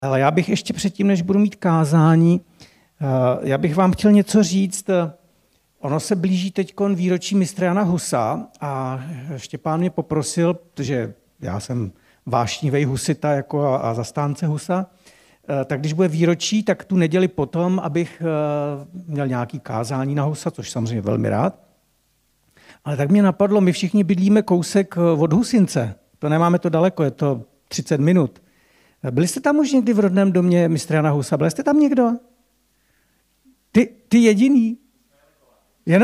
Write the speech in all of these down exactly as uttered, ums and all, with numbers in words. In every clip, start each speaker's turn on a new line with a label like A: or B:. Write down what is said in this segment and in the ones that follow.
A: Ale já bych ještě předtím, než budu mít kázání, já bych vám chtěl něco říct. Ono se blíží teď výročí mistra Jana Husa a Štěpán mě poprosil, protože já jsem vášnivý husita jako a zastánce Husa, tak když bude výročí, tak tu neděli potom, abych měl nějaký kázání na Husa, což samozřejmě velmi rád. Ale tak mě napadlo, my všichni bydlíme kousek od Husince. To nemáme to daleko, je to třicet minut. Byli jste tam už někdy v rodném domě mistra Jana Husa? Byli jste tam někdo? Ty, ty jediný? Jenom...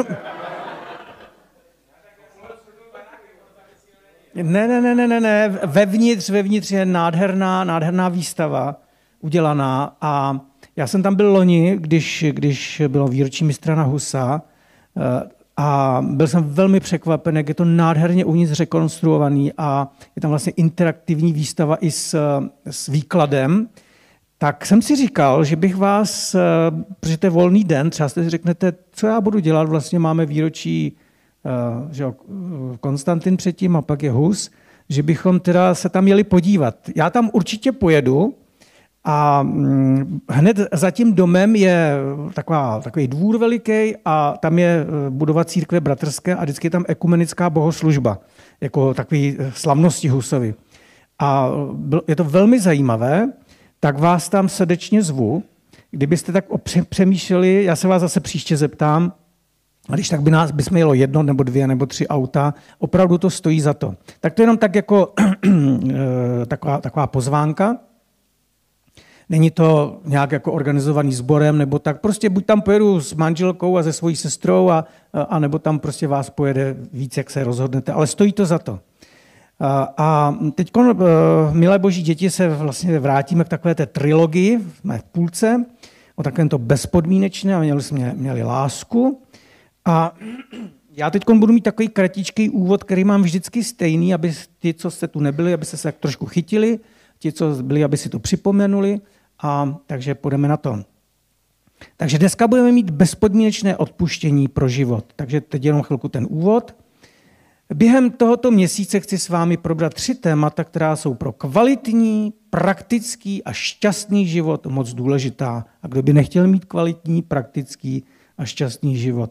A: Ne, ne, ne, ne, ne, ne. Vevnitř, vevnitř je nádherná, nádherná výstava udělaná a já jsem tam byl loni, když, když bylo výročí mistra Jana Husa a byl jsem velmi překvapen, jak je to nádherně uvnitř rekonstruovaný a je tam vlastně interaktivní výstava i s, s výkladem. Tak jsem si říkal, že bych vás, protože to je volný den, třeba si řeknete, co já budu dělat, vlastně máme výročí, že jo, Konstantin předtím a pak je Hus, že bychom teda se tam měli podívat. Já tam určitě pojedu a hned za tím domem je taková, takový dvůr veliký a tam je budova církve bratrské a vždycky je tam ekumenická bohoslužba, jako takový slavnosti Husovi. A je to velmi zajímavé, tak vás tam srdečně zvu. Kdybyste tak přemýšleli, já se vás zase příště zeptám, a když tak by nás bychom jelo jedno nebo dvě nebo tři auta, opravdu to stojí za to. Tak to je jenom tak jako taková, taková pozvánka. Není to nějak jako organizovaný sborem, nebo tak. Prostě buď tam pojedu s manželkou a se svojí sestrou, a, a nebo tam prostě vás pojede víc, jak se rozhodnete. Ale stojí to za to. A, a teď, milé boží děti, se vlastně vrátíme k takové té trilogii v půlce, o takovém to bezpodmínečné, a měli jsme měli lásku. A já teď budu mít takový kratičký úvod, který mám vždycky stejný, aby ti, co jste tu nebyli, aby se se tak trošku chytili, ti, co byli, aby si to připomenuli. A takže půjdeme na to. Takže dneska budeme mít bezpodmínečné odpuštění pro život. Takže teď jenom chvilku ten úvod. Během tohoto měsíce chci s vámi probrat tři témata, která jsou pro kvalitní, praktický a šťastný život moc důležitá. A kdo by nechtěl mít kvalitní, praktický a šťastný život?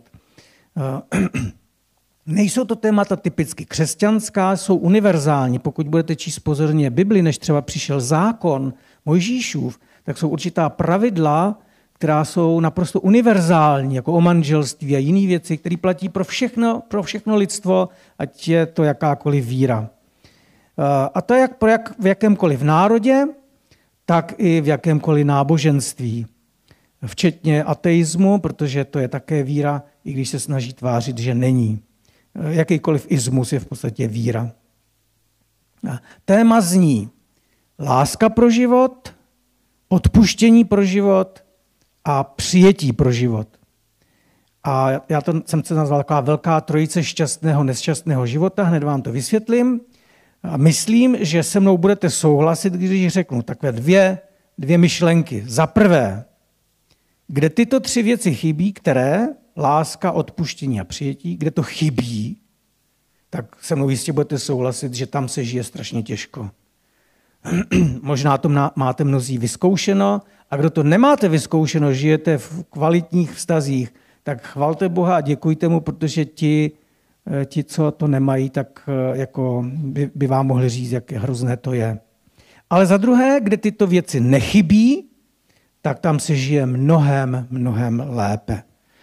A: Nejsou to témata typicky křesťanská, jsou univerzální. Pokud budete číst pozorně Bibli, než třeba přišel zákon Mojžíšův, tak jsou určitá pravidla, která jsou naprosto univerzální, jako o manželství a jiné věci, které platí pro všechno, pro všechno lidstvo, ať je to jakákoliv víra. A to je jak, pro jak, v jakémkoliv národě, tak i v jakémkoliv náboženství. Včetně ateismu, protože to je také víra, i když se snaží tvářit, že není. Jakýkoliv ismus je v podstatě víra. Téma zní láska pro život, odpuštění pro život a přijetí pro život. A já to jsem se nazval taková velká trojice šťastného, nešťastného života, hned vám to vysvětlím. A myslím, že se mnou budete souhlasit, když řeknu takové dvě, dvě myšlenky. Za prvé, kde tyto tři věci chybí, které, láska, odpuštění a přijetí, kde to chybí, tak se mnou jistě budete souhlasit, že tam se žije strašně těžko. Možná to máte mnozí vyzkoušeno a kdo to nemáte vyzkoušeno, žijete v kvalitních vztazích, tak chvalte Boha a děkujte mu, protože ti, ti co to nemají, tak jako by, by vám mohli říct, jak hrozné to je. Ale za druhé, kde tyto věci nechybí, tak tam se žije mnohem, mnohem lépe.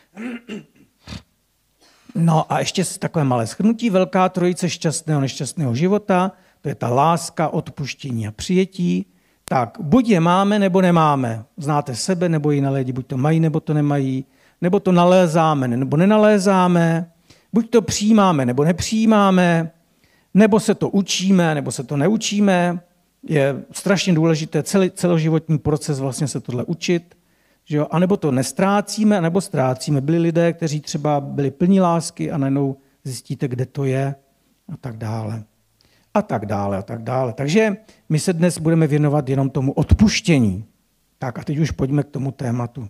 A: No a ještě takové malé shrnutí. Velká trojice šťastného, nešťastného života, to je ta láska, odpuštění a přijetí. Tak buď je máme, nebo nemáme. Znáte sebe, nebo jiné lidi, buď to mají, nebo to nemají. Nebo to nalézáme, nebo nenalézáme. Buď to přijímáme, nebo nepřijímáme. Nebo se to učíme, nebo se to neučíme. Je strašně důležité celý, celoživotní proces vlastně se tohle učit. Že jo? A nebo to nestrácíme, nebo ztrácíme. Byli lidé, kteří třeba byli plní lásky a najednou zjistíte, kde to je a tak dále. A tak dále, a tak dále. Takže my se dnes budeme věnovat jenom tomu odpuštění. Tak a teď už pojďme k tomu tématu.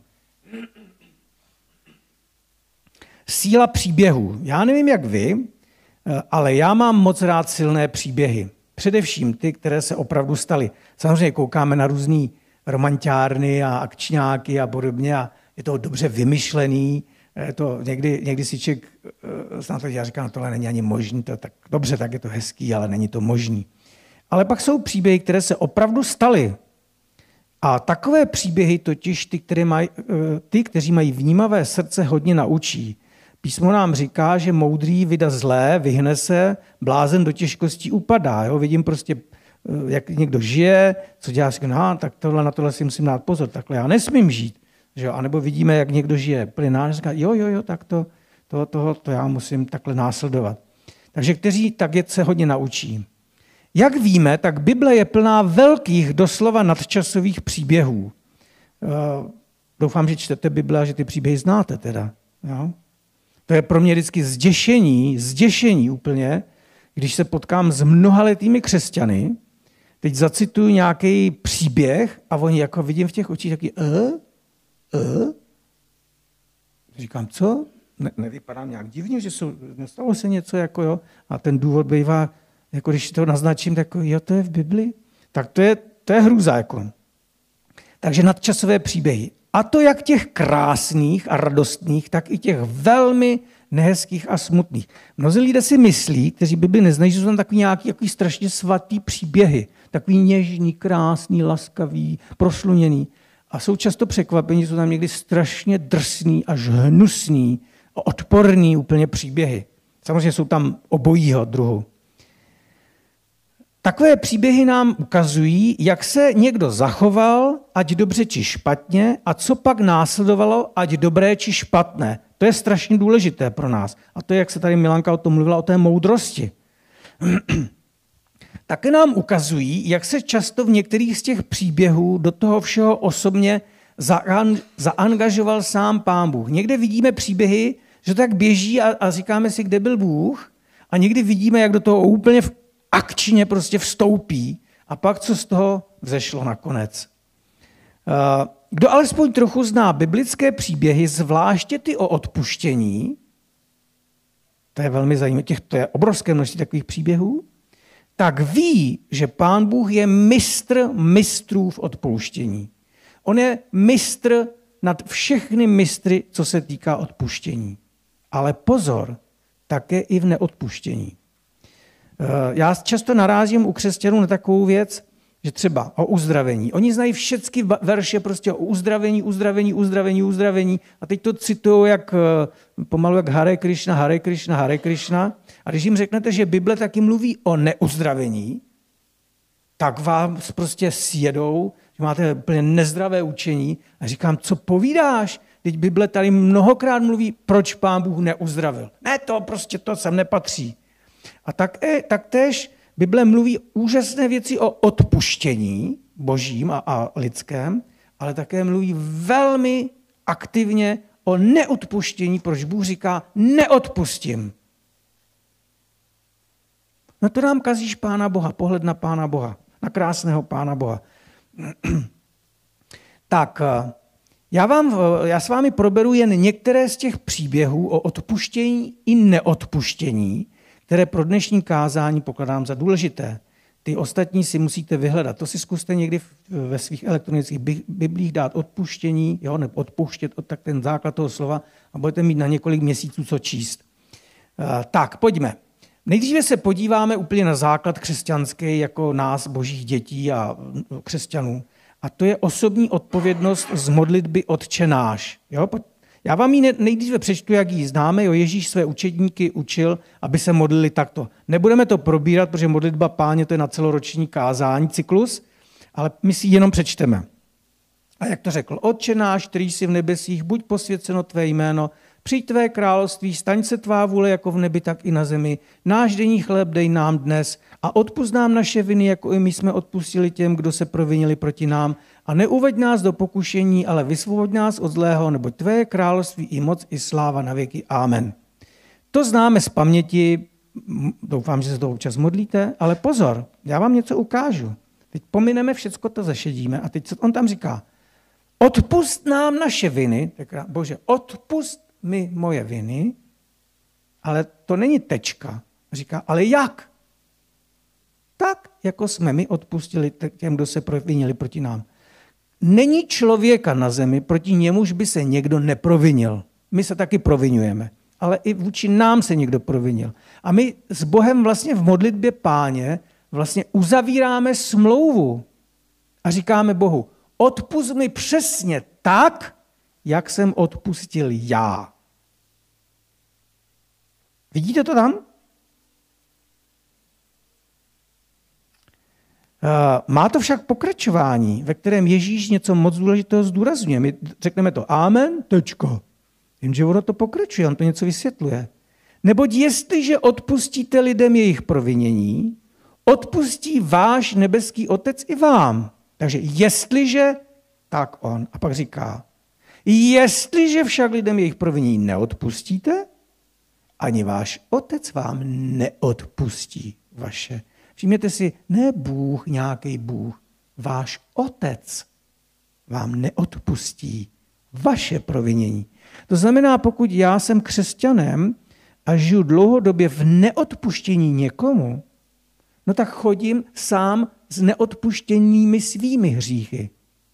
A: Síla příběhů. Já nevím, jak vy, ale já mám moc rád silné příběhy. Především ty, které se opravdu staly. Samozřejmě koukáme na různý romanťárny a akčňáky a podobně a je to dobře vymyšlený. Je to, někdy, někdy si člověk na to já říkám, tohle není ani možný, to tak dobře, tak je to hezký, ale není to možný. Ale pak jsou příběhy, které se opravdu staly. A takové příběhy totiž ty, které maj, ty, kteří mají vnímavé srdce, hodně naučí. Písmo nám říká, že moudrý vyda zlé, vyhne se, blázen do těžkostí upadá. Jo? Vidím prostě, jak někdo žije, co dělá, říká, no, tak tohle, na tohle si musím dát pozor, takhle já nesmím žít. Že jo? A nebo vidíme, jak někdo žije plynář, říká, jo, jo, jo, tak to, to, to, to já musím takhle následovat. Takže kteří tak je, se hodně naučí. Jak víme, tak Bible je plná velkých, doslova nadčasových příběhů. Doufám, že čtete Bible a že ty příběhy znáte teda. Jo? To je pro mě vždycky zděšení, zděšení úplně, když se potkám s mnohaletými křesťany, teď zacituju nějaký příběh a oni jako vidím v těch očích taky eh, eh. Říkám, co? Ne, nevypadám nějak divně, že jsou, nestalo se něco jako jo? A ten důvod bývá, jako když to naznačím, tak jo, to je v Bibli. Tak to je, to je hrůza. Jako. Takže nadčasové příběhy. A to jak těch krásných a radostných, tak i těch velmi nehezkých a smutných. Mnozí lidé si myslí, kteří Bibli neznají, že jsou tam takový nějaký takový strašně svatý příběhy. Takový něžný, krásný, laskavý, prosluněný. A jsou často překvapení, že jsou tam někdy strašně drsný až hnusný, odporný úplně příběhy. Samozřejmě jsou tam obojího druhu. Takové příběhy nám ukazují, jak se někdo zachoval, ať dobře či špatně, a co pak následovalo, ať dobré či špatné. To je strašně důležité pro nás. A to je, jak se tady Milanka o tom mluvila, o té moudrosti. Také nám ukazují, jak se často v některých z těch příběhů do toho všeho osobně zaangažoval sám Pán Bůh. Někde vidíme příběhy, že tak běží a, a říkáme si, kde byl Bůh, a někdy vidíme, jak do toho úplně akčně prostě vstoupí a pak co z toho vzešlo nakonec. Kdo alespoň trochu zná biblické příběhy, zvláště ty o odpuštění, to je velmi zajímavé, to je obrovské množství takových příběhů, tak ví, že Pán Bůh je mistr mistrů v odpouštění. On je mistr nad všechny mistry, co se týká odpuštění. Ale pozor, také i v neodpuštění. Já často narazím u křesťanů na takovou věc, že třeba o uzdravení. Oni znají všechny verše prostě o uzdravení, uzdravení, uzdravení, uzdravení a teď to citují jak, pomalu jak Hare Krishna, Hare Krishna, Hare Krishna. A když jim řeknete, že Bible taky mluví o neuzdravení, tak vám prostě sjedou, že máte úplně nezdravé učení a říkám, co povídáš? Teď Bible tady mnohokrát mluví, proč Pán Bůh neuzdravil. Ne, to prostě to sem nepatří. A tak, taktéž Bible mluví úžasné věci o odpuštění božím a, a lidském, ale také mluví velmi aktivně o neodpuštění, proč Bůh říká neodpustím. No to nám kazíš Pána Boha, pohled na Pána Boha, na krásného Pána Boha. Tak, já, vám, já s vámi proberu jen některé z těch příběhů o odpuštění i neodpuštění, které pro dnešní kázání pokladám za důležité. Ty ostatní si musíte vyhledat. To si zkuste někdy ve svých elektronických biblích dát odpuštění, jo, nebo odpuštět, tak ten základ toho slova a budete mít na několik měsíců co číst. Tak, pojďme. Nejdříve se podíváme úplně na základ křesťanský jako nás, božích dětí a křesťanů. A to je osobní odpovědnost z modlitby Otče náš. Jo? Já vám ji nejdříve přečtu, jak ji známe. Jo, Ježíš své učedníky učil, aby se modlili takto. Nebudeme to probírat, protože modlitba Páně to je na celoroční kázání, cyklus, ale my si ji jenom přečteme. A jak to řekl? Otče náš, který jsi v nebesích, buď posvěceno tvé jméno, přijď tvé království, staň se tvá vůle jako v nebi, tak i na zemi. Náš denní chléb dej nám dnes a odpusť nám naše viny, jako i my jsme odpustili těm, kdo se provinili proti nám. A neuveď nás do pokušení, ale vysvoboď nás od zlého, neboť tvé je království i moc i sláva na věky. Amen. To známe z paměti, doufám, že se to občas modlíte, ale pozor, já vám něco ukážu. Teď pomineme všecko, to zašedíme a teď on tam říká, odpusť nám naše viny, tak Bože, odpusť mi moje viny, ale to není tečka. Říká, ale jak? Tak, jako jsme my odpustili těm, kdo se provinili proti nám. není člověka na zemi, proti němuž by se někdo neprovinil. My se taky provinujeme, ale i vůči nám se někdo provinil. A my s Bohem vlastně v modlitbě Páně vlastně uzavíráme smlouvu a říkáme Bohu, odpusť mi přesně tak, jak jsem odpustil já. Vidíte to tam? Má to však pokračování, ve kterém Ježíš něco moc důležitého zdůrazňuje. My řekneme to amen, tečko. Jenže ono to pokračuje, on to něco vysvětluje. Neboť jestliže odpustíte lidem jejich provinění, odpustí váš nebeský Otec i vám. Takže jestliže, tak on. A pak říká, jestliže však lidem jejich provinění neodpustíte, ani váš Otec vám neodpustí vaše. Všimněte si, ne Bůh, nějaký Bůh, váš Otec vám neodpustí vaše provinění. To znamená, pokud já jsem křesťanem a žiju dlouhodobě v neodpuštění někomu, no tak chodím sám s neodpuštěnými svými hříchy.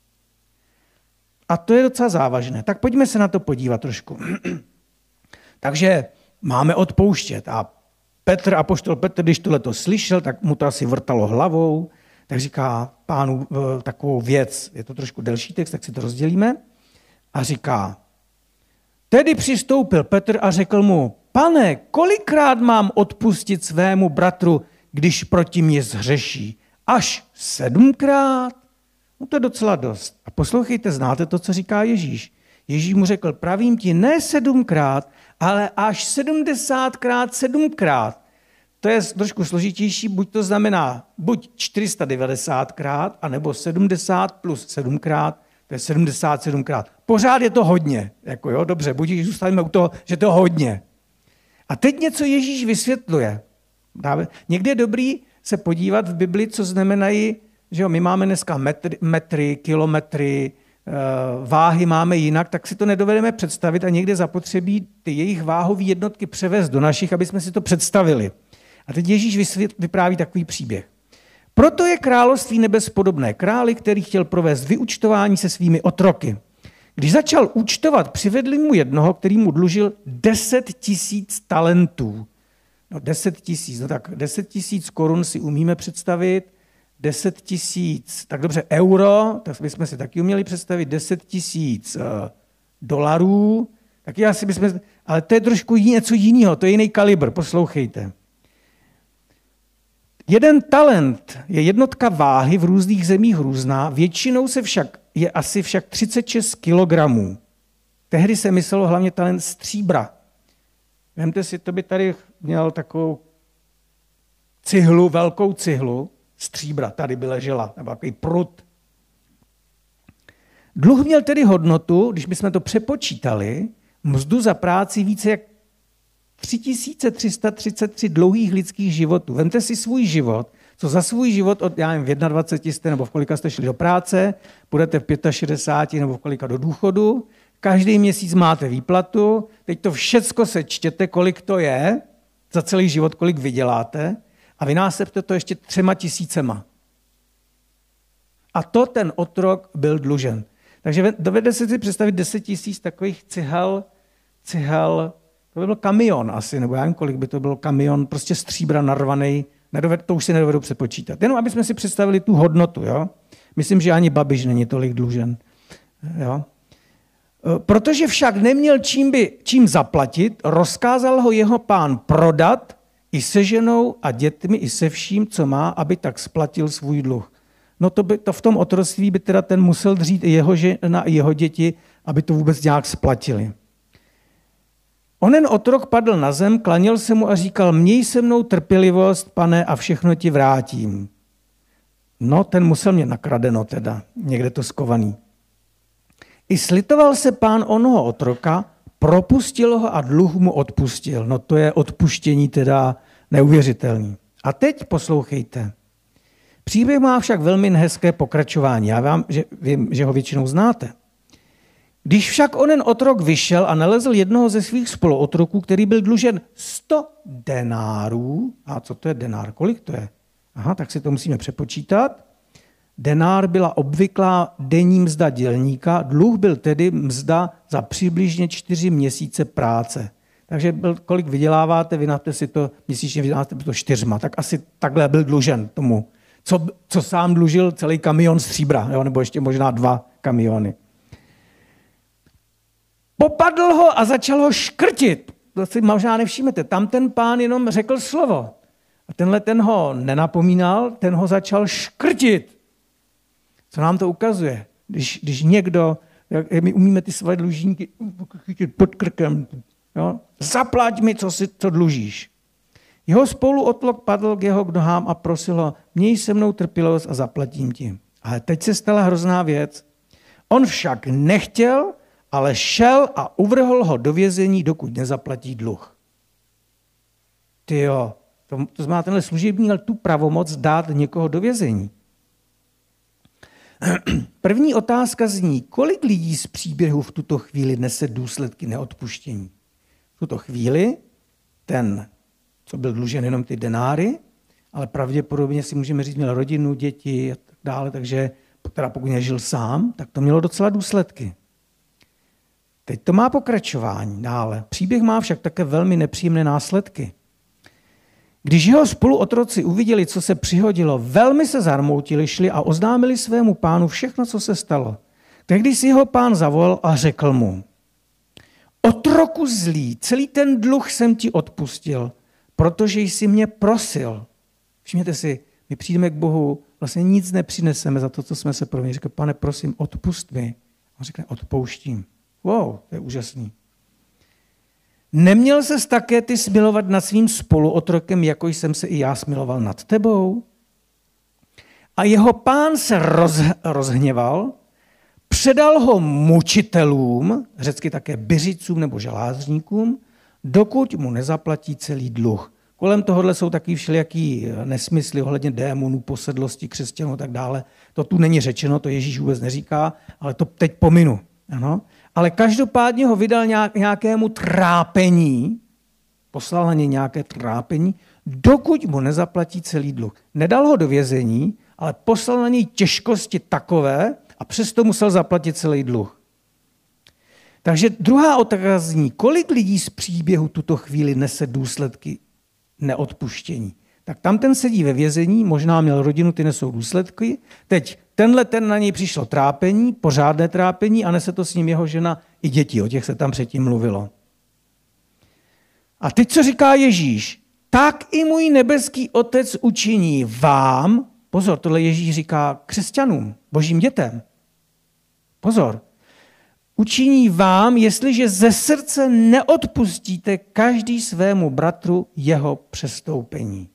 A: A to je docela závažné. Tak pojďme se na to podívat trošku. Takže máme odpouštět. A Petr, apoštol Petr, když tohleto slyšel, tak mu to asi vrtalo hlavou, tak říká Pánu takovou věc, je to trošku delší text, tak si to rozdělíme, a říká, tedy přistoupil Petr a řekl mu, Pane, kolikrát mám odpustit svému bratru, když proti mě zhřeší? Až sedmkrát? No to je docela dost. A poslouchejte, znáte to, co říká Ježíš. Ježíš mu řekl, pravím ti, ne sedmkrát, ale až sedmdesátkrát sedmkrát. To je trošku složitější, buď to znamená buď čtyři sta devadesátkrát, anebo sedmdesát plus sedmkrát, to je sedmdesát sedmkrát. Pořád je to hodně. Jako jo, dobře, buď zůstaneme u toho, že to je hodně. A teď něco Ježíš vysvětluje. Někdy je dobrý se podívat v Bibli, co znamenají, že jo, my máme dneska metry, metry kilometry, váhy máme jinak, tak si to nedovedeme představit a někde zapotřebí ty jejich váhové jednotky převést do našich, aby jsme si to představili. A teď Ježíš vysvět, vypráví takový příběh. Proto je království nebes podobné králi, který chtěl provést vyúčtování se svými otroky. Když začal účtovat, přivedli mu jednoho, který mu dlužil deset tisíc talentů. No deset tisíc, no tak deset tisíc korun si umíme představit, deset tisíc, tak dobře, euro, tak bychom si taky uměli představit, deset tisíc uh, dolarů, taky asi bychom, ale to je trošku něco jiného, to je jiný kalibr, poslouchejte. Jeden talent je jednotka váhy v různých zemích různá, většinou se však, je asi však třicet šest kilogramů. Tehdy se myslelo hlavně talent stříbra. Vemte si, to by tady měl takovou cihlu, velkou cihlu, stříbra, tady by ležela, nebo takový prut. Dluh měl tedy hodnotu, když bychom to přepočítali, mzdu za práci více jak tři tisíce tři sta třicet tři dlouhých lidských životů. Vemte si svůj život, co za svůj život od, já nevím, v dvaceti jedné jste, nebo v kolika jste šli do práce, budete v šedesáti pěti nebo v kolika do důchodu, každý měsíc máte výplatu, teď to všecko sečtěte, kolik to je, za celý život, kolik vyděláte, a vynásobte to ještě třema tisícema. A to ten otrok byl dlužen. Takže dovede se si představit deset tisíc takových cihel, cihel, to by byl kamion asi, nebo já nevím, kolik by to byl kamion, prostě stříbra narvaný, nedoved, to už si nedovedu přepočítat. Jenom aby jsme si představili tu hodnotu. Jo? Myslím, že ani Babiš není tolik dlužen. Jo? Protože však neměl čím, by, čím zaplatit, rozkázal ho jeho pán prodat i se ženou a dětmi, i se vším, co má, aby tak splatil svůj dluh. No to, by, to v tom otroctví by teda ten musel dřít i jeho žena, i jeho děti, aby to vůbec nějak splatili. Onen otrok padl na zem, klanil se mu a říkal, měj se mnou trpělivost, pane, a všechno ti vrátím. No, ten musel mít nakradeno teda, někde to skovaný. I slitoval se pán onoho otroka, propustil ho a dluh mu odpustil. No to je odpuštění teda neuvěřitelný. A teď poslouchejte. Příběh má však velmi hezké pokračování. Já vám, že, vím, že ho většinou znáte. Když však onen otrok vyšel a nalezl jednoho ze svých spoluotroků, který byl dlužen sto denárů, a co to je denár, kolik to je? Aha, tak si to musíme přepočítat. Denár byla obvyklá denní mzda dělníka, dluh byl tedy mzda za přibližně čtyři měsíce práce. Takže byl, kolik vyděláváte, vynáte si to, měsíčně vynáte to čtyřma, tak asi takhle byl dlužen tomu, co, co sám dlužil celý kamion stříbra, jo, nebo ještě možná dva kamiony. Popadl ho a začal ho škrtit. To si možná nevšimnete. Tam ten pán jenom řekl slovo. A tenhle ten ho nenapomínal, ten ho začal škrtit. Co nám to ukazuje? Když, když někdo, jak my umíme ty své dlužníky chytit pod krkem, jo? Zaplať mi, co, si, co dlužíš. Jeho spoluotlok padl k jeho nohám a prosil ho, měj se mnou trpělivost a zaplatím ti. Ale teď se stala hrozná věc. On však nechtěl, ale šel a uvrhl ho do vězení, dokud nezaplatí dluh. Tyjo, to, to znamená, tenhle služebník měl tu pravomoc dát někoho do vězení. První otázka zní, kolik lidí z příběhu v tuto chvíli nese důsledky neodpuštění. V tuto chvíli ten, co byl dlužen jenom ty denáry, ale pravděpodobně si můžeme říct, měl rodinu, děti a tak dále, takže teda pokud nežil sám, tak to mělo docela důsledky. Teď to má pokračování dále. Příběh má však také velmi nepříjemné následky. Když jeho spoluotroci uviděli, co se přihodilo, velmi se zarmoutili, šli a oznámili svému pánu všechno, co se stalo. Tehdy si jeho pán zavolal a řekl mu, otroku zlý, celý ten dluh jsem ti odpustil, protože jsi mě prosil. Všimněte si, my přijdeme k Bohu, vlastně nic nepřineseme za to, co jsme se proměnili. Říká, pane, prosím, odpust mi. On řekne, odpouštím. Wow, to je úžasný. Neměl ses také ty smilovat nad svým spoluotrokem, jako jsem se i já smiloval nad tebou? A jeho pán se roz, rozhněval, předal ho mučitelům, řecky také byřicům nebo želázníkům, dokud mu nezaplatí celý dluh. Kolem tohohle jsou taky všelijaký nesmysly ohledně démonů, posedlosti, křesťanů a tak dále. To tu není řečeno, to Ježíš vůbec neříká, ale to teď pominu. Ano. Ale každopádně ho vydal nějakému trápení, poslal na ně nějaké trápení, dokud mu nezaplatí celý dluh. Nedal ho do vězení, ale poslal na něj těžkosti takové a přesto musel zaplatit celý dluh. Takže druhá otázka zní, kolik lidí z příběhu tuto chvíli nese důsledky neodpuštění. Tak tam ten sedí ve vězení, možná měl rodinu, ty nesou důsledky. Teď tenhle ten na něj přišlo trápení, pořádné trápení a nese to s ním jeho žena i děti, o těch se tam předtím mluvilo. A teď co říká Ježíš? Tak i můj nebeský otec učiní vám, pozor, tohle Ježíš říká křesťanům, božím dětem. Pozor, učiní vám, jestliže ze srdce neodpustíte každý svému bratru jeho přestoupení.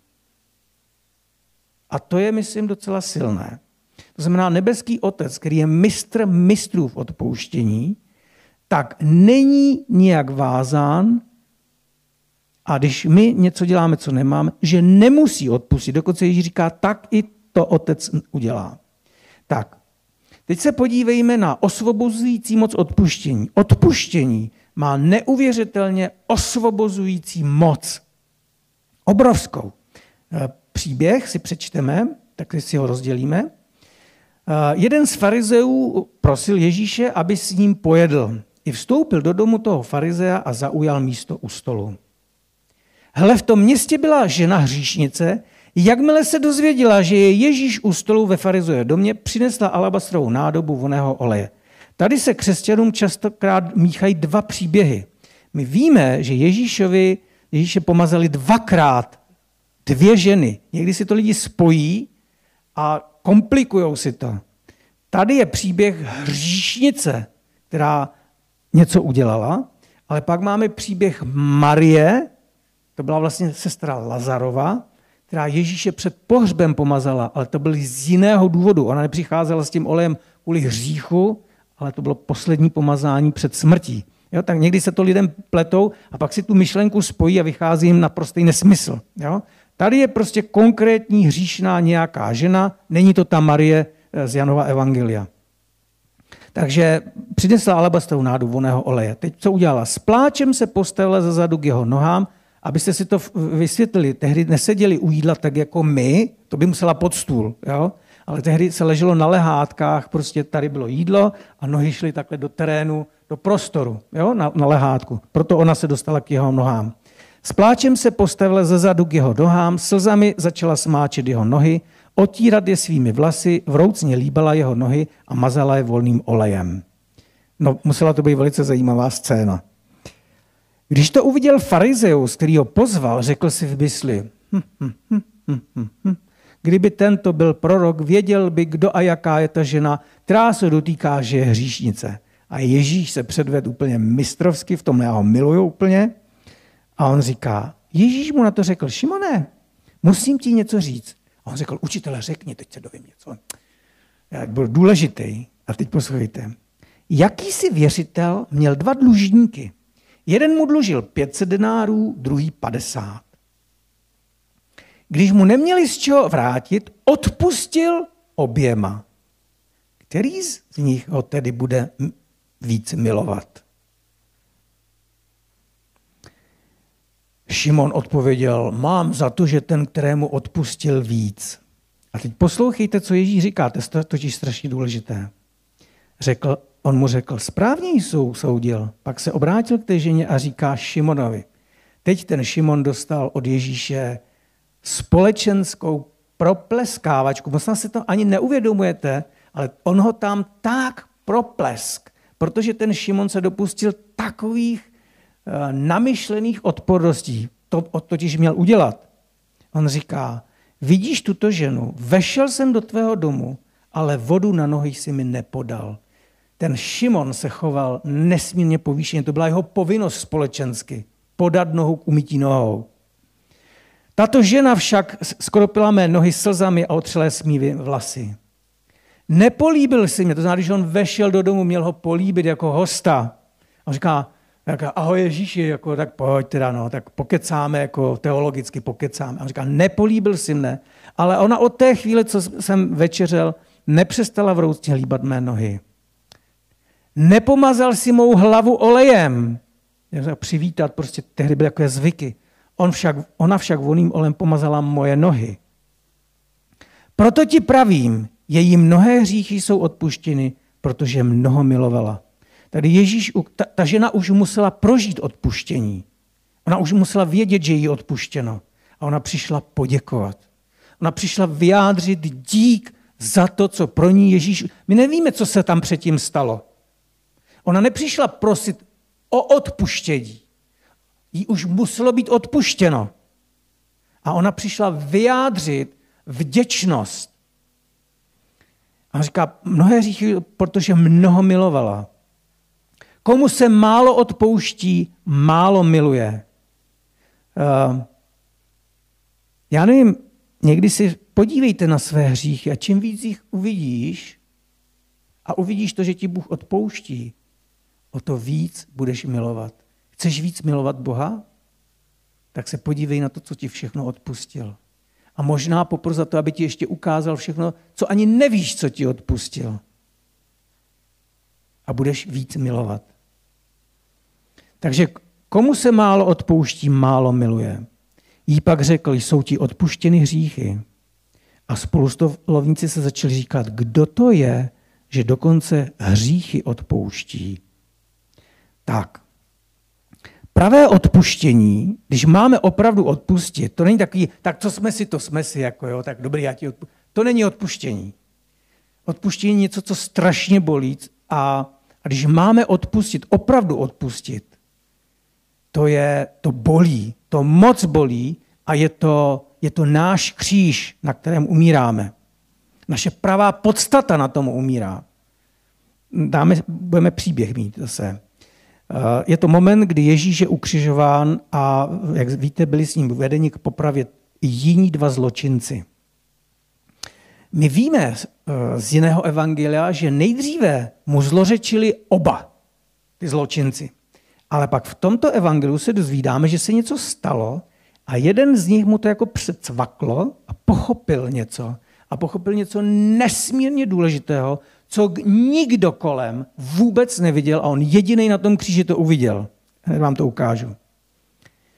A: A to je, myslím, docela silné. To znamená, nebeský otec, který je mistr mistrů v odpouštění, tak není nijak vázán a když my něco děláme, co nemáme, že nemusí odpustit. Dokonce Ježíš říká, tak i to otec udělá. Tak, teď se podívejme na osvobozující moc odpuštění. Odpuštění má neuvěřitelně osvobozující moc. Obrovskou. Příběh si přečteme, tak si ho rozdělíme. Jeden z farizeů prosil Ježíše, aby s ním pojedl. I vstoupil do domu toho farizea a zaujal místo u stolu. Hle, v tom městě byla žena hříšnice, jakmile se dozvěděla, že je Ježíš u stolu ve farizeje domě, přinesla alabastrovou nádobu vonného oleje. Tady se křesťanům častokrát míchají dva příběhy. My víme, že Ježíšovi, Ježíše pomazali dvakrát dvě ženy. Někdy si to lidi spojí a komplikujou si to. Tady je příběh hříšnice, která něco udělala, ale pak máme příběh Marie, to byla vlastně sestra Lazarova, která Ježíše před pohřbem pomazala, ale to bylo z jiného důvodu. Ona nepřicházela s tím olejem kvůli hříchu, ale to bylo poslední pomazání před smrtí. Jo, tak někdy se to lidem pletou a pak si tu myšlenku spojí a vychází jim naprostý nesmysl. Jo? Tady je prostě konkrétní hříšná nějaká žena, není to ta Marie z Janova evangelia. Takže přinesla alabastrovou nádobu vonného oleje. Teď co udělala? S pláčem se postavila ze zadu k jeho nohám, abyste si to vysvětlili. Tehdy neseděli u jídla tak jako my, to by musela pod stůl. Jo? Ale tehdy se leželo na lehátkách, prostě tady bylo jídlo a nohy šly takhle do terénu, do prostoru, jo? Na, na lehátku. Proto ona se dostala k jeho nohám. S pláčem se postavila ze zadu k jeho nohám, slzami začala smáčet jeho nohy, otírat je svými vlasy, vroucně líbala jeho nohy a mazala je volným olejem. No, musela to být velice zajímavá scéna. Když to uviděl farizeus, který ho pozval, řekl si v mysli, hm, hm, hm, hm, hm, hm. Kdyby tento byl prorok, věděl by, kdo a jaká je ta žena, která se dotýká, že je hříšnice. A Ježíš se předvedl úplně mistrovsky, v tom já ho miluju úplně. A on říká, Ježíš mu na to řekl, Šimone, musím ti něco říct. A on řekl, učitele, řekni, teď se dovím něco. Já byl důležitý. A teď poslouchejte. Jakýsi věřitel měl dva dlužníky. Jeden mu dlužil pět set denárů, druhý padesát. Když mu neměli z čeho vrátit, odpustil oběma. Který z nich ho tedy bude víc milovat? Šimon odpověděl, mám za to, že ten, kterému odpustil víc. A teď poslouchejte, co Ježíš říká, to je totiž strašně důležité. Řekl, on mu řekl, správně jsou soudil. Pak se obrátil k té ženě a říká Šimonovi. Teď ten Šimon dostal od Ježíše společenskou propleskávačku. Možná si to ani neuvědomujete, ale on ho tam tak proplesk, protože ten Šimon se dopustil takových uh, namyšlených odporností. To totiž měl udělat. On říká, vidíš tuto ženu, vešel jsem do tvého domu, ale vodu na nohy si mi nepodal. Ten Šimon se choval nesmírně povýšeně, to byla jeho povinnost společensky, podat nohu k umytí nohou. Tato žena však skropila mé nohy slzami a otřelé smívy vlasy. Nepolíbil si mě, to znamená, když on vešel do domu, měl ho políbit jako hosta. A on říká, ahoj Ježíši, jako, tak pojď teda, no, tak pokecáme, jako teologicky pokecáme. A on říká, nepolíbil si mne, ale ona od té chvíle, co jsem večeřel, nepřestala vroucně líbat mé nohy. Nepomazal si mou hlavu olejem. Přivítat, prostě tehdy byly takové zvyky. On však, ona však voným olejem pomazala moje nohy. Proto ti pravím, její mnohé hříchy jsou odpuštěny, protože mnoho milovala. Tady Ježíš, ta, ta žena už musela prožít odpuštění. Ona už musela vědět, že jí je odpuštěno. A ona přišla poděkovat. Ona přišla vyjádřit dík za to, co pro ní Ježíš... My nevíme, co se tam předtím stalo. Ona nepřišla prosit o odpuštění. Jí už muselo být odpuštěno. A ona přišla vyjádřit vděčnost. A říká, mnohé hříchy, protože mnoho milovala. Komu se málo odpouští, málo miluje. Uh, já nevím, někdy si podívejte na své hříchy a čím víc jich uvidíš a uvidíš to, že ti Bůh odpouští, o to víc budeš milovat. Chceš víc milovat Boha? Tak se podívej na to, co ti všechno odpustil. A možná popros za to, aby ti ještě ukázal všechno, co ani nevíš, co ti odpustil. A budeš víc milovat. Takže komu se málo odpouští, málo miluje. Jí pak řekl, jsou ti odpuštěny hříchy. A spolulovníci se začali říkat, kdo to je, že dokonce hříchy odpouští. Tak. Pravé odpuštění, když máme opravdu odpustit, to není takový, tak co jsme si, to jsme si, jako jo, tak dobrý, já ti odpu... To není odpuštění. Odpuštění je něco, co strašně bolí a, a když máme odpustit, opravdu odpustit, to je, to bolí, to moc bolí a je to, je to náš kříž, na kterém umíráme. Naše pravá podstata na tom umírá. Dáme, budeme příběh mít zase. Je to moment, kdy Ježíš je ukřižován a, jak víte, byli s ním vedeni k popravě jiní dva zločinci. My víme z jiného evangelia, že nejdříve mu zlořečili oba ty zločinci. Ale pak v tomto evangeliu se dozvídáme, že se něco stalo a jeden z nich mu to jako předcvaklo a pochopil něco. A pochopil něco nesmírně důležitého, co nikdo kolem vůbec neviděl a on jedinej na tom kříži to uviděl. Hned vám to ukážu.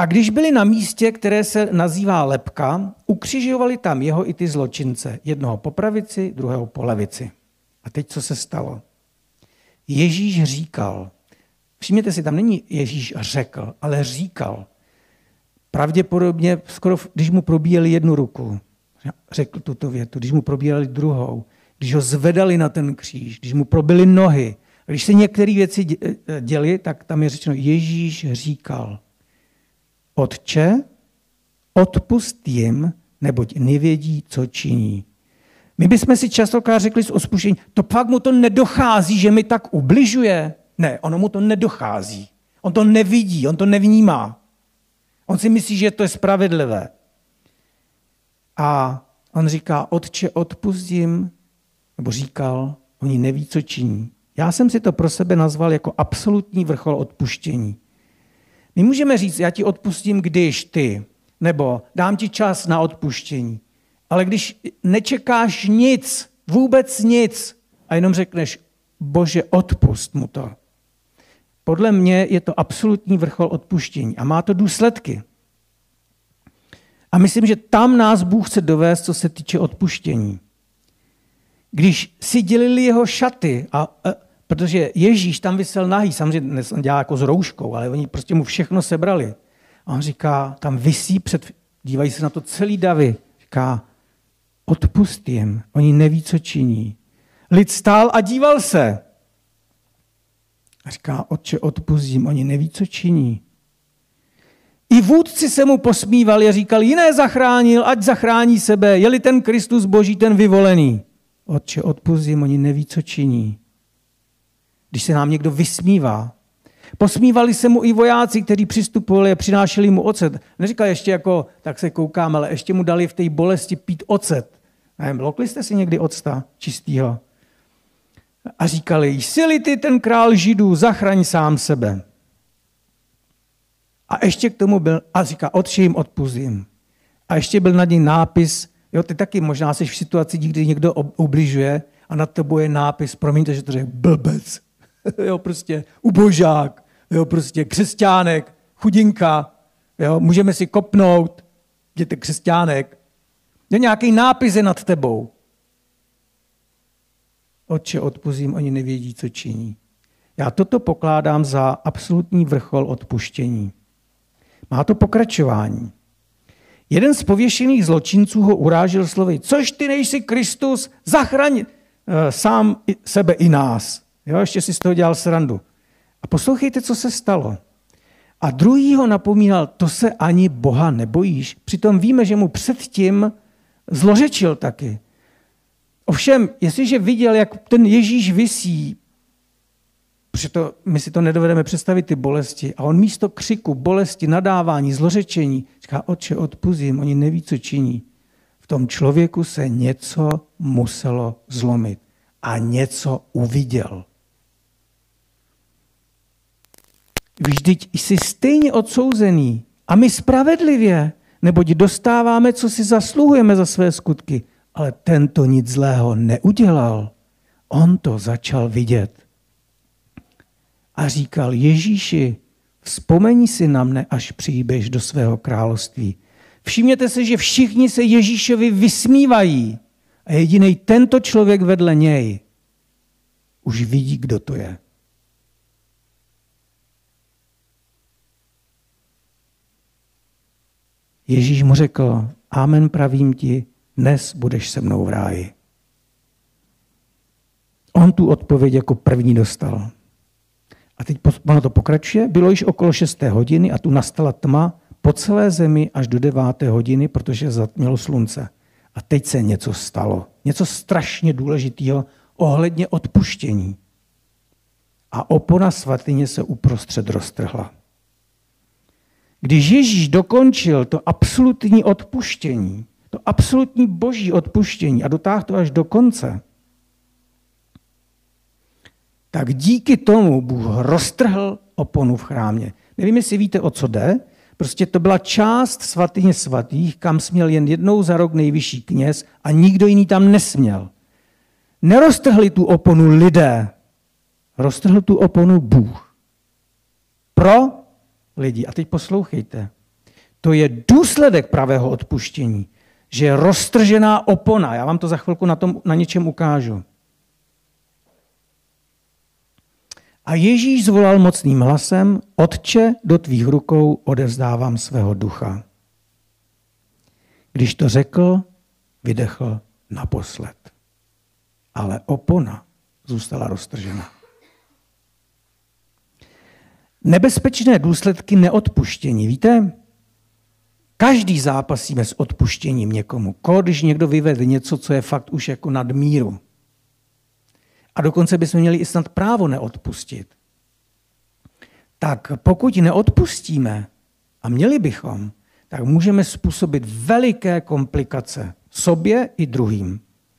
A: A když byli na místě, které se nazývá Lebka, ukřižovali tam jeho i ty zločince. Jednoho po pravici, druhého po levici. A teď co se stalo? Ježíš říkal, všimněte si, tam není Ježíš řekl, ale říkal. Pravděpodobně, skoro když mu probíjeli jednu ruku, řekl tuto větu, když mu probíjeli druhou, když ho zvedali na ten kříž, když mu probili nohy. A když se některé věci děly, tak tam je řečeno, Ježíš říkal, Otče, odpusť jim, neboť nevědí, co činí. My bychom si častokrát řekli z odpuštění, to fakt mu to nedochází, že mi tak ubližuje. Ne, ono mu to nedochází. On to nevidí, on to nevnímá. On si myslí, že to je spravedlivé. A on říká, Otče, odpusť jim, nebo říkal, oni neví, co činí. Já jsem si to pro sebe nazval jako absolutní vrchol odpuštění. My můžeme říct, já ti odpustím, když ty, nebo dám ti čas na odpuštění. Ale když nečekáš nic, vůbec nic, a jenom řekneš, Bože, odpust mu to. Podle mě je to absolutní vrchol odpuštění a má to důsledky. A myslím, že tam nás Bůh chce dovést, co se týče odpuštění. Když si dělili jeho šaty, a, a, protože Ježíš tam visel nahý, samozřejmě dělá jako s rouškou, ale oni prostě mu všechno sebrali. A on říká, tam visí před, dívají se na to celý davy, říká, odpust jim, oni neví, co činí. Lid stál a díval se. A říká, Otče, odpust jim, oni neví, co činí. I vůdci se mu posmívali a říkali, jiné zachránil, ať zachrání sebe, je-li ten Kristus Boží, ten vyvolený. Otče, odpust jim, oni neví, co činí. Když se nám někdo vysmívá, posmívali se mu i vojáci, kteří přistupovali a přinášeli mu ocet. Neříkal ještě jako, tak se koukám, ale ještě mu dali v té bolesti pít ocet. Nevím, lokli jste si někdy octa čistýho? A říkali, jsi-li ty ten král Židů, zachraň sám sebe. A ještě k tomu byl, a říká, Otče jim odpusť jim. A ještě byl nad ním nápis, jo, ty taky možná jsi v situaci, kdy někdo ubližuje a nad tebou je nápis, promiňte, že to řekl, blbec. Jo, prostě ubožák, jo, prostě křesťánek, chudinka, jo, můžeme si kopnout, jděte křesťánek. Je nějaký nápis je nad tebou. Otče, odpusť jim, oni nevědí, co činí. Já toto pokládám za absolutní vrchol odpuštění. Má to pokračování. Jeden z pověšených zločinců ho urážel slovy, což ty nejsi Kristus, zachraň uh, sám sebe i nás. Jo, ještě si z toho dělal srandu. A poslouchejte, co se stalo. A druhý ho napomínal, to se ani Boha nebojíš. Přitom víme, že mu předtím zlořečil taky. Ovšem, jestliže viděl, jak ten Ježíš visí, protože to, my si to nedovedeme představit, ty bolesti, a on místo křiku, bolesti, nadávání, zlořečení, říká, Otče, odpusť jim, oni neví, co činí. V tom člověku se něco muselo zlomit a něco uviděl. Vždyť jsi stejně odsouzený a my spravedlivě, neboť dostáváme, co si zasluhujeme za své skutky. Ale tento nic zlého neudělal. On to začal vidět. A říkal, Ježíši, vzpomeň si na mne, až přijdeš do svého království. Všimněte se, že všichni se Ježíšovi vysmívají. A jediný tento člověk vedle něj už vidí, kdo to je. Ježíš mu řekl, amen, pravím ti, dnes budeš se mnou v ráji. On tu odpověď jako první dostal. A teď ono to pokračuje. Bylo již okolo šesté hodiny a tu nastala tma po celé zemi až do deváté hodiny, protože zatmělo slunce. A teď se něco stalo. Něco strašně důležitého ohledně odpuštění. A opona svatyně se uprostřed roztrhla. Když Ježíš dokončil to absolutní odpuštění, to absolutní boží odpuštění a dotáhl to až do konce, tak díky tomu Bůh roztrhl oponu v chrámě. Nevím, jestli víte, o co jde. Prostě to byla část svatyně svatých, kam směl jen jednou za rok nejvyšší kněz a nikdo jiný tam nesměl. Neroztrhli tu oponu lidé, roztrhl tu oponu Bůh. Pro lidi. A teď poslouchejte. To je důsledek pravého odpuštění, že je roztržená opona. Já vám to za chvilku na, tom, na něčem ukážu. A Ježíš zvolal mocným hlasem, Otče, do tvých rukou odevzdávám svého ducha. Když to řekl, vydechl naposled. Ale opona zůstala roztržena. Nebezpečné důsledky neodpuštění. Víte, každý zápasíme s odpuštěním někomu. Ko, když někdo vyvede něco, co je fakt už jako nadmíru. A dokonce bychom měli i snad právo neodpustit. Tak pokud neodpustíme, a měli bychom, tak můžeme způsobit veliké komplikace sobě i druhým.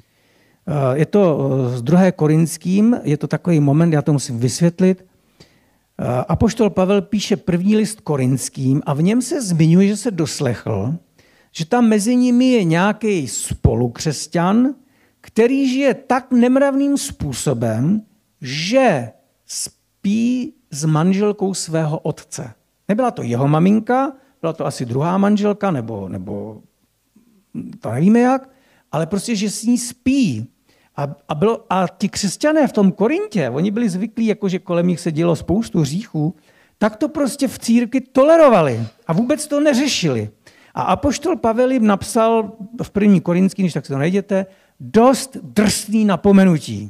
A: Je to z druhé Korinským, je to takový moment, já to musím vysvětlit. Apoštol Pavel píše první list Korinským a v něm se zmiňuje, že se doslechl, že tam mezi nimi je nějaký spolukřesťan, který žije tak nemravným způsobem, že spí s manželkou svého otce. Nebyla to jeho maminka, byla to asi druhá manželka, nebo, nebo to nevíme jak, ale prostě, že s ní spí. A, a, bylo, a ti křesťané v tom Korintě, oni byli zvyklí, jakože kolem nich se dělo spoustu hříchů, tak to prostě v církvi tolerovali a vůbec to neřešili. A apoštol Pavel jim napsal v první Korinský, když tak se to najděte, dost drsný napomenutí.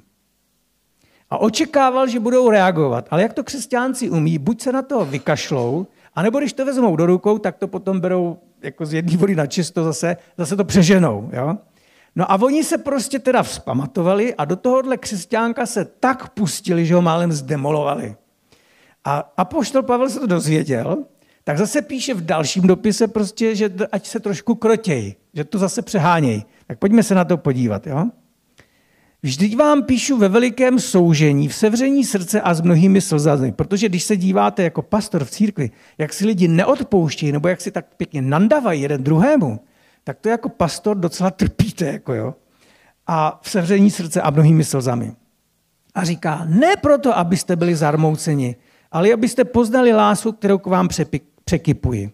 A: A očekával, že budou reagovat. Ale jak to křesťánci umí, buď se na to vykašlou, anebo když to vezmou do rukou, tak to potom berou jako z jedné vody na čisto, zase, zase to přeženou. Jo? No a oni se prostě teda vzpamatovali a do tohohle křesťánka se tak pustili, že ho málem zdemolovali. A apoštol Pavel se to dozvěděl, tak zase píše v dalším dopise prostě, že ať se trošku krotěj, že to zase přeháněj. Tak pojďme se na to podívat. Jo? Vždyť vám píšu ve velikém soužení, v sevření srdce a s mnohými slzami, protože když se díváte jako pastor v církvi, jak si lidi neodpouštějí, nebo jak si tak pěkně nandavají jeden druhému, tak to jako pastor docela trpíte. Jako jo. A v sevření srdce a mnohými slzami. A říká, ne proto, abyste byli zarmouceni, ale abyste poznali lásku, kterou k vám překypuji.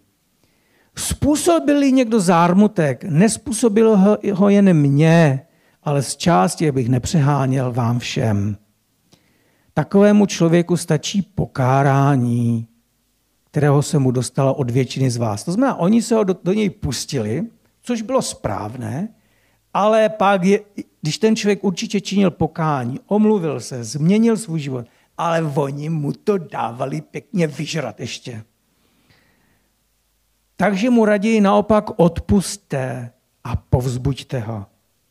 A: Způsobil někdo zármutek, nespůsobil ho, ho jen mně, ale z části, abych nepřeháněl vám všem. Takovému člověku stačí pokárání, kterého se mu dostalo od většiny z vás. To znamená, oni se ho do, do něj pustili, což bylo správné, ale pak, je, když ten člověk určitě činil pokání, omluvil se, změnil svůj život, ale oni mu to dávali pěkně vyžrat ještě. Takže mu raději naopak odpusťte a povzbuďte ho.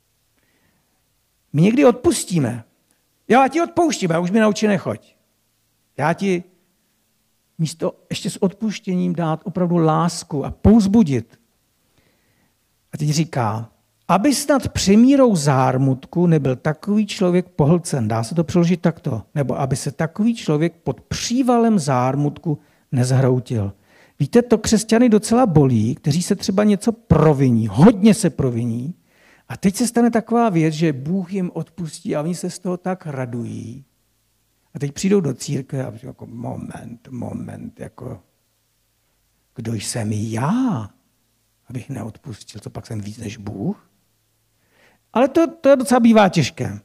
A: My někdy odpustíme. Já ti odpouštím, já už mi nauči nechoď. Já ti místo ještě s odpuštěním dát opravdu lásku a povzbudit. A teď říká, aby snad přemírou zármutku nebyl takový člověk pohlcen. Dá se to přeložit takto. Nebo aby se takový člověk pod přívalem zármutku nezhroutil. Víte, to křesťany docela bolí, kteří se třeba něco proviní, hodně se proviní. A teď se stane taková věc, že Bůh jim odpustí a oni se z toho tak radují. A teď přijdou do církve a jako moment, moment, jako kdo jsem já, abych neodpustil, co pak jsem víc než Bůh? Ale to, to docela bývá těžké.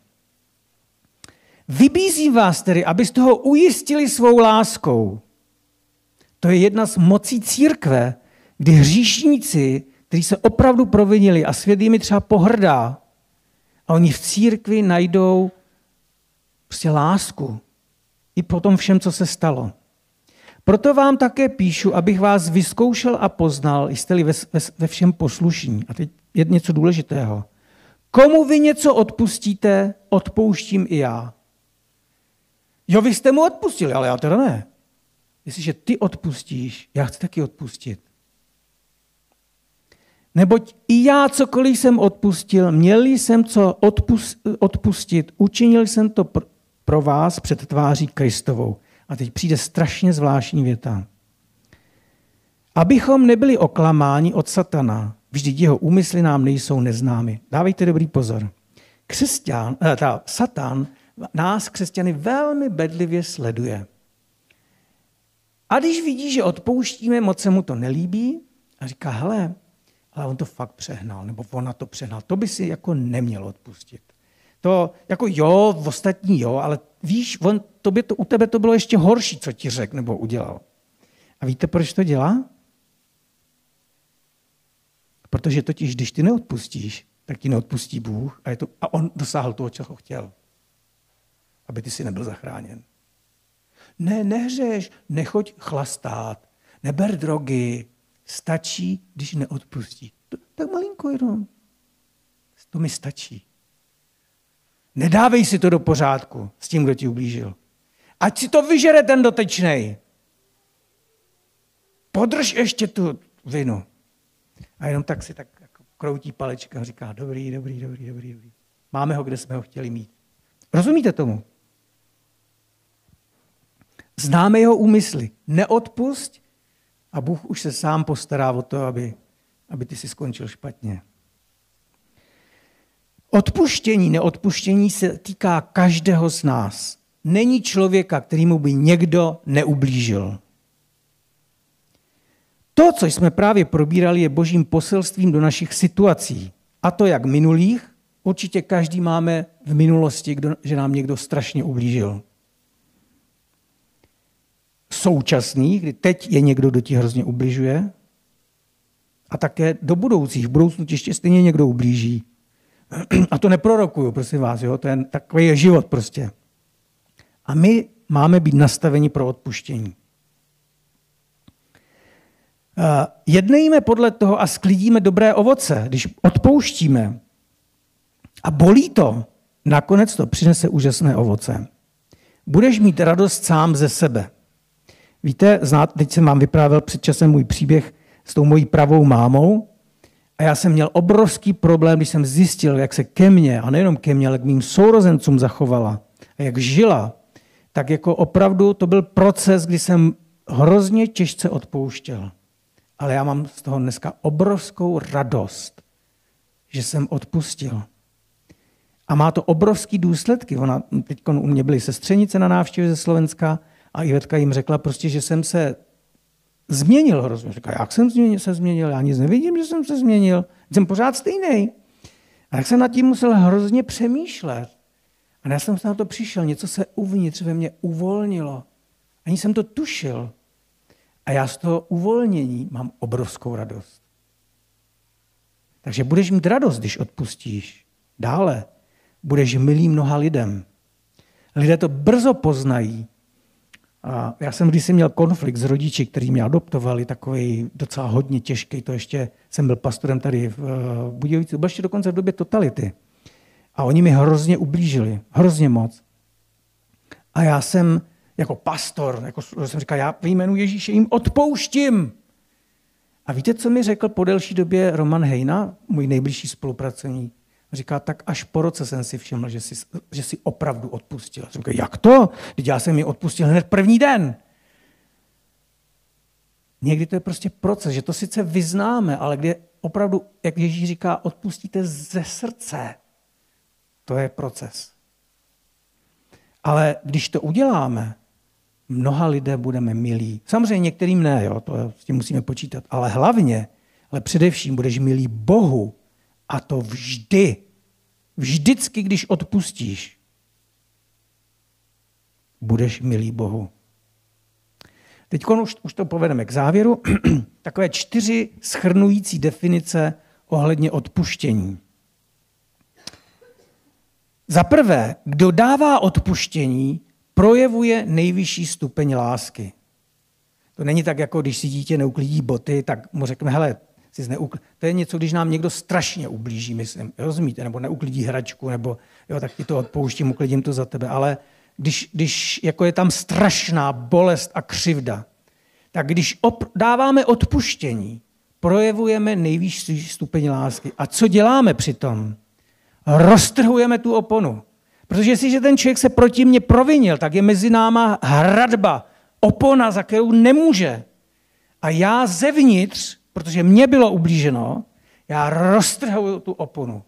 A: Vybízím vás tedy, abyste ho ujistili svou láskou. To je jedna z mocí církve, kdy hříšníci, kteří se opravdu provinili a svět jimi třeba pohrdá, a oni v církvi najdou prostě lásku i po tom všem, co se stalo. Proto vám také píšu, abych vás vyzkoušel a poznal, jste-li ve, ve, ve všem poslušní. A teď je něco důležitého. Komu vy něco odpustíte, odpouštím i já. Jo, vy jste mu odpustili, ale já teda ne. Jestliže ty odpustíš, já chci taky odpustit. Neboť i já cokoliv jsem odpustil, měl jsem co odpustit, učinil jsem to pro vás před tváří Kristovou. A teď přijde strašně zvláštní věta. Abychom nebyli oklamáni od satana, vždyť jeho úmysly nám nejsou neznámy. Dávejte dobrý pozor. Křesťan, ta, Satan nás, křesťany, velmi bedlivě sleduje. A když vidí, že odpouštíme, moc se mu to nelíbí, A říká, hele, ale on to fakt přehnal, nebo ona to přehnal. To by si jako neměl odpustit. To jako jo, v ostatní jo, ale víš, on, tobě to, u tebe to bylo ještě horší, co ti řekl nebo udělal. A víte, proč to dělá? Protože totiž, když ty neodpustíš, tak ti neodpustí Bůh a, je to, a on dosáhl toho, čeho chtěl. Aby ty si nebyl zachráněn. Ne, nehřeš, nechoď chlastat, neber drogy, stačí, když neodpustí. To, tak malinko jenom. To mi stačí. Nedávej si to do pořádku s tím, kdo ti ublížil. Ať si to vyžere ten dotyčnej. Podrž ještě tu vinu. A jenom tak si tak jako kroutí palečka a říká, dobrý, dobrý, dobrý, dobrý, dobrý. Máme ho, kde jsme ho chtěli mít. Rozumíte tomu? Známe jeho úmysly. Neodpusť a Bůh už se sám postará o to, aby, aby ty si skončil špatně. Odpuštění, neodpuštění se týká každého z nás. Není člověka, kterému by někdo neublížil. To, co jsme právě probírali, je božím poselstvím do našich situací. A to jak minulých, určitě každý máme v minulosti, kdo, že nám někdo strašně ublížil. Současných, kdy teď je někdo, kdo ti hrozně ubližuje, a také do budoucích. V budoucnu ti ještě stejně někdo ublíží. A to neprorokuju, prosím vás, jo? To je takový je život prostě. A my máme být nastaveni pro odpuštění. Jednejme podle toho a sklidíme dobré ovoce, když odpouštíme. A bolí to, nakonec to přinese úžasné ovoce. Budeš mít radost sám ze sebe. Víte, znát, teď jsem vám vyprávěl před časem můj příběh s tou mojí pravou mámou a já jsem měl obrovský problém, když jsem zjistil, jak se ke mně, a nejenom ke mně, ale k mým sourozencům zachovala a jak žila, tak jako opravdu to byl proces, kdy jsem hrozně těžce odpouštěl. Ale já mám z toho dneska obrovskou radost, že jsem odpustil. A má to obrovský důsledky. Ona, teď u mě byly sestřenice na návštěvě ze Slovenska a Ivetka jim řekla prostě, že jsem se změnil hrozně. Říká, jak jsem se změnil? Já nic nevidím, že jsem se změnil. Jsem pořád stejný. A jak jsem nad tím musel hrozně přemýšlet. A já jsem se na to přišel, něco se uvnitř ve mně uvolnilo. Ani jsem to tušil. A já z toho uvolnění mám obrovskou radost. Takže budeš mít radost, když odpustíš. Dále budeš milý mnoha lidem. Lidé to brzo poznají. A já jsem kdysi měl konflikt s rodiči, kteří mě adoptovali, takový docela hodně těžký. To ještě jsem byl pastorem tady v Budějovicích, byl ještě dokonce v době totality. A oni mi hrozně ublížili, hrozně moc. A já jsem jako pastor, jako jsem říkal, já ve jménu Ježíše jim odpouštím. A víte, co mi řekl po delší době Roman Hejna, můj nejbližší spolupracovník? Říká, tak až po roce jsem si všiml, že jsi, že jsi opravdu odpustil. Říká, jak to? Teď já jsem ji odpustil hned první den. Někdy to je prostě proces, že to sice vyznáme, ale kde opravdu, jak Ježíš říká, odpustíte ze srdce. To je proces. Ale když to uděláme, mnoha lidé budeme milí. Samozřejmě některým ne, jo, to s tím musíme počítat, ale hlavně, ale především budeš milý Bohu. A to vždy. Vždycky, když odpustíš, budeš milý Bohu. Teď už, už to povedeme k závěru. Takové čtyři shrnující definice ohledně odpuštění. Za prvé, kdo dává odpuštění, projevuje nejvyšší stupeň lásky. To není tak, jako když si dítě neuklidí boty, tak mu řekne, hele, jsi neukl... to je něco, když nám někdo strašně ublíží, myslím, rozumíte, nebo neuklidí hračku, nebo jo, tak ti to odpouštím, uklidím to za tebe, ale když, když jako je tam strašná bolest a křivda, tak když op- dáváme odpuštění, projevujeme nejvyšší stupeň lásky. A co děláme přitom? Roztrhujeme tu oponu. Protože jestliže ten člověk se proti mně provinil, tak je mezi náma hradba, opona, za kterou nemůže. A já zevnitř, protože mně bylo ublíženo, já roztrhuju tu oponu.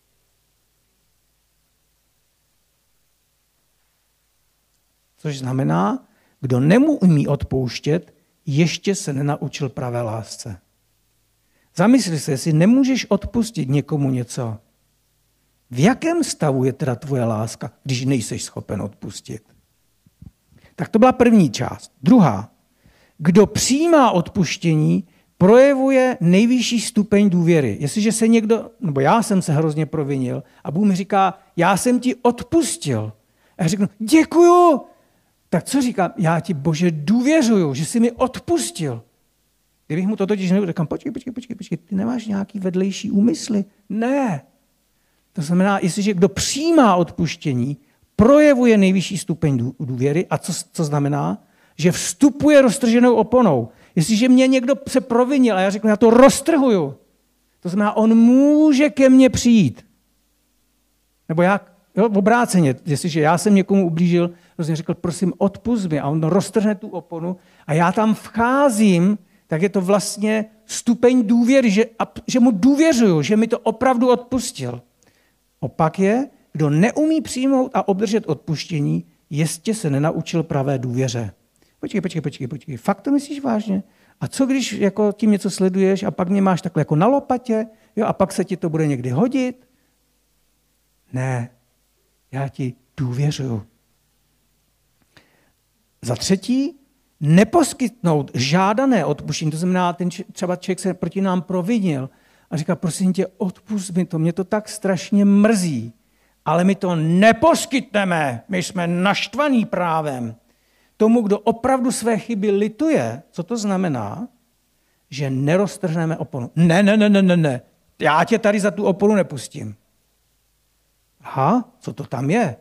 A: Což znamená, kdo neumí odpouštět, ještě se nenaučil pravé lásce. Zamysli se, jestli nemůžeš odpustit někomu něco. V jakém stavu je teda tvoje láska, když nejseš schopen odpustit? Tak to byla první část. Druhá. Kdo přijímá odpuštění, projevuje nejvyšší stupeň důvěry. Jestliže se někdo, nebo já jsem se hrozně provinil a Bůh mi říká, já jsem ti odpustil. A já řeknu, děkuju. Tak co říkám? Já ti, Bože, důvěřuju, že jsi mi odpustil. Kdybych mu to totiž nebyl, říkám, počkej, počkej, počkej, počkej, ty nemáš nějaký vedlejší úmysly? Ne. To znamená, jestliže kdo přijímá odpuštění, projevuje nejvyšší stupeň důvěry. A co, co znamená? Že vstupuje roztrženou oponou. Jestliže mě někdo se provinil a já řeknu, já to roztrhuju, to znamená, on může ke mně přijít. Nebo já, jo, obráceně, jestliže já jsem někomu ublížil, rozhodně řekl, prosím, odpusť mi, a on roztrhne tu oponu a já tam vcházím, tak je to vlastně stupeň důvěry, že, že mu důvěřuju, že mi to opravdu odpustil. Opak je, kdo neumí přijmout a obdržet odpuštění, jistě se nenaučil pravé důvěře. Počkej, počkej, počkej, počkej, fakt to myslíš vážně? A co když jako tím něco sleduješ a pak mě máš takhle jako na lopatě, jo, a pak se ti to bude někdy hodit? Ne, já ti důvěřuju. Za třetí, neposkytnout žádané odpuštění, to znamená, ten třeba člověk se proti nám provinil a říká, prosím tě, odpusť mi to, mě to tak strašně mrzí, ale my to neposkytneme, my jsme naštvaný právem. Tomu, kdo opravdu své chyby lituje, co to znamená? Že neroztrhneme oponu. Ne, ne, ne, ne, ne, ne, já tě tady za tu oponu nepustím. Aha, co to tam je?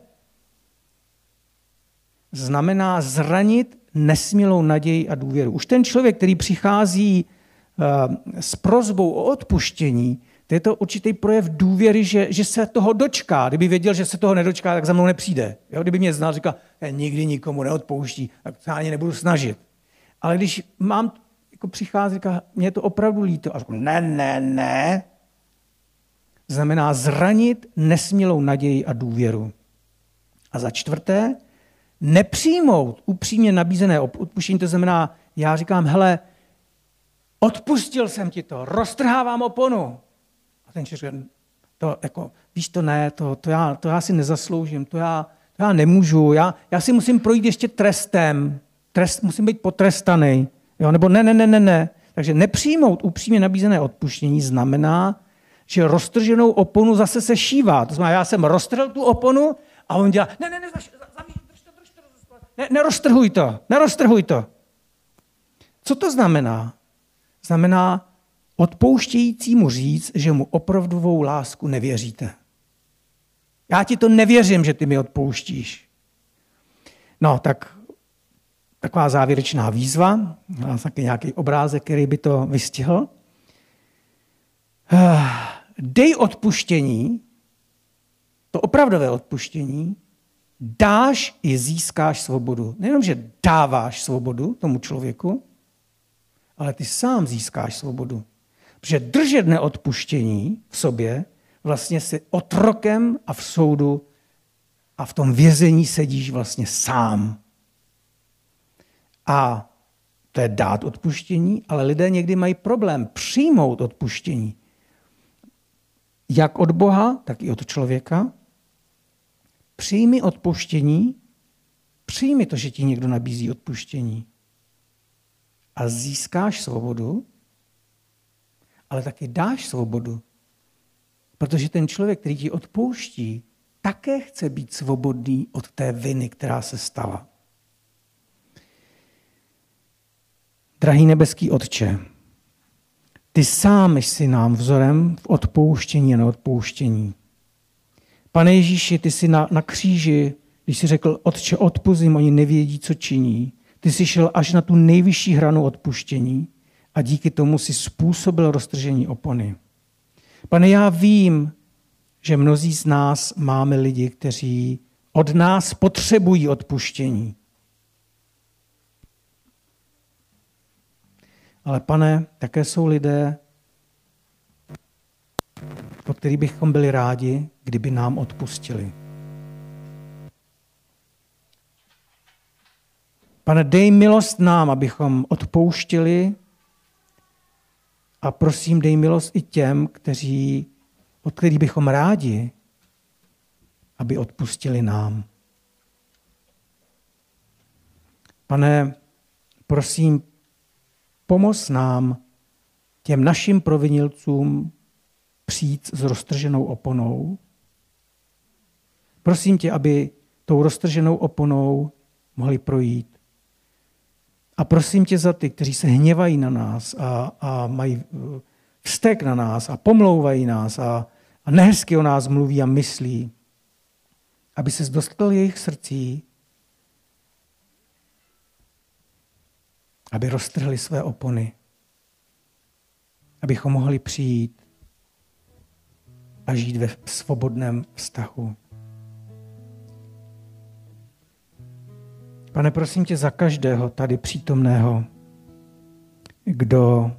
A: Znamená zranit nesmělou naději a důvěru. Už ten člověk, který přichází uh, s prosbou o odpuštění, to je to určitý projev důvěry, že, že se toho dočká. Kdyby věděl, že se toho nedočká, tak za mnou nepřijde. Jo? Kdyby mě znal, říkal, nikdy nikomu neodpouští, tak se ani nebudu snažit. Ale když mám, jako přichází, říká, mě je to opravdu líto. A řeknu, ne, ne, ne. Znamená zranit nesmělou naději a důvěru. A za čtvrté, nepřijmout upřímně nabízené odpuštění, to znamená, já říkám, hele, odpustil jsem ti to, roztrhávám oponu. A ten člověk říká, to jako, víš to ne, to, to, já, to já si nezasloužím, to já, to já nemůžu, já, já si musím projít ještě trestem, trest, musím být potrestaný, jo, nebo ne, ne, ne, ne, ne. Takže nepřijmout upřímně nabízené odpuštění znamená, že roztrženou oponu zase se šívá. To znamená, já jsem roztrhl tu oponu a on dělá, ne, ne, ne, zaš, zavíš, drž to, drž to, ne, neroztrhuj to, neroztrhuj to. Co to znamená? Znamená odpouštějícímu říct, že mu opravdovou lásku nevěříte. Já ti to nevěřím, že ty mi odpouštíš. No, tak taková závěrečná výzva, taky nějaký obrázek, který by to vystihl. Dej odpuštění, to opravdové odpuštění, dáš i získáš svobodu. Nejenom, že dáváš svobodu tomu člověku, ale ty sám získáš svobodu. Protože držet neodpuštění v sobě, vlastně si otrokem a v soudu a v tom vězení sedíš vlastně sám. A to je dát odpuštění, ale lidé někdy mají problém přijmout odpuštění. Jak od Boha, tak i od člověka. Přijmi odpuštění, přijmi to, že ti někdo nabízí odpuštění. A získáš svobodu, ale taky dáš svobodu. Protože ten člověk, který ti odpouští, také chce být svobodný od té viny, která se stala. Drahý nebeský Otče, ty sám jsi nám vzorem v odpouštění a neodpouštění. Pane Ježíši, ty jsi na, na kříži, když jsi řekl, Otče, odpusť, oni nevědí, co činí. Ty jsi šel až na tu nejvyšší hranu odpuštění a díky tomu si způsobil roztržení opony. Pane, já vím, že mnozí z nás máme lidi, kteří od nás potřebují odpuštění. Ale Pane, také jsou lidé, o kterých bychom byli rádi, kdyby nám odpustili. Pane, dej milost nám, abychom odpouštěli A prosím, dej milost i těm, kteří, od kterých bychom rádi, aby odpustili nám. Pane, prosím, pomoz nám, těm našim provinilcům, přijít s roztrženou oponou. Prosím tě, aby tou roztrženou oponou mohli projít. A prosím tě za ty, kteří se hněvají na nás a, a mají vztek na nás a pomlouvají nás a, a nehezky o nás mluví a myslí, aby ses dostal jejich srdcí, aby roztrhli své opony, abychom mohli přijít a žít ve svobodném vztahu. Pane, prosím tě za každého tady přítomného, kdo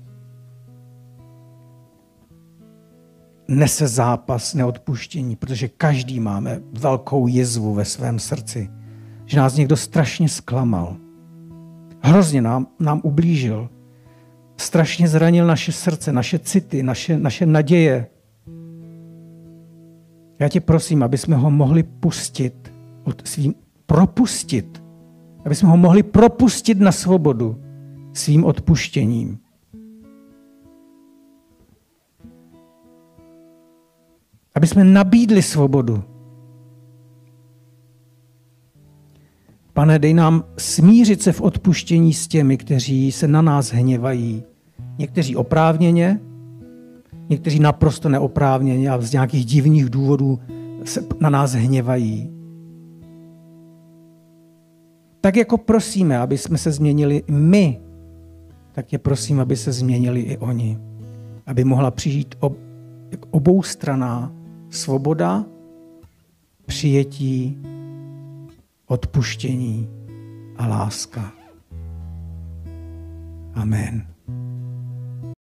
A: nese zápas neodpuštění, protože každý máme velkou jizvu ve svém srdci, že nás někdo strašně zklamal, hrozně nám, nám ublížil, strašně zranil naše srdce, naše city, naše, naše naděje. Já tě prosím, aby jsme ho mohli pustit, od svým, propustit, aby jsme ho mohli propustit na svobodu svým odpuštěním. Aby jsme nabídli svobodu. Pane, dej nám smířit se v odpuštění s těmi, kteří se na nás hněvají. Někteří oprávněně, někteří naprosto neoprávněně a z nějakých divných důvodů se na nás hněvají. Tak jako prosíme, aby jsme se změnili my, tak je prosím, aby se změnili i oni. Aby mohla přijít ob, oboustranná svoboda, přijetí, odpuštění a láska. Amen.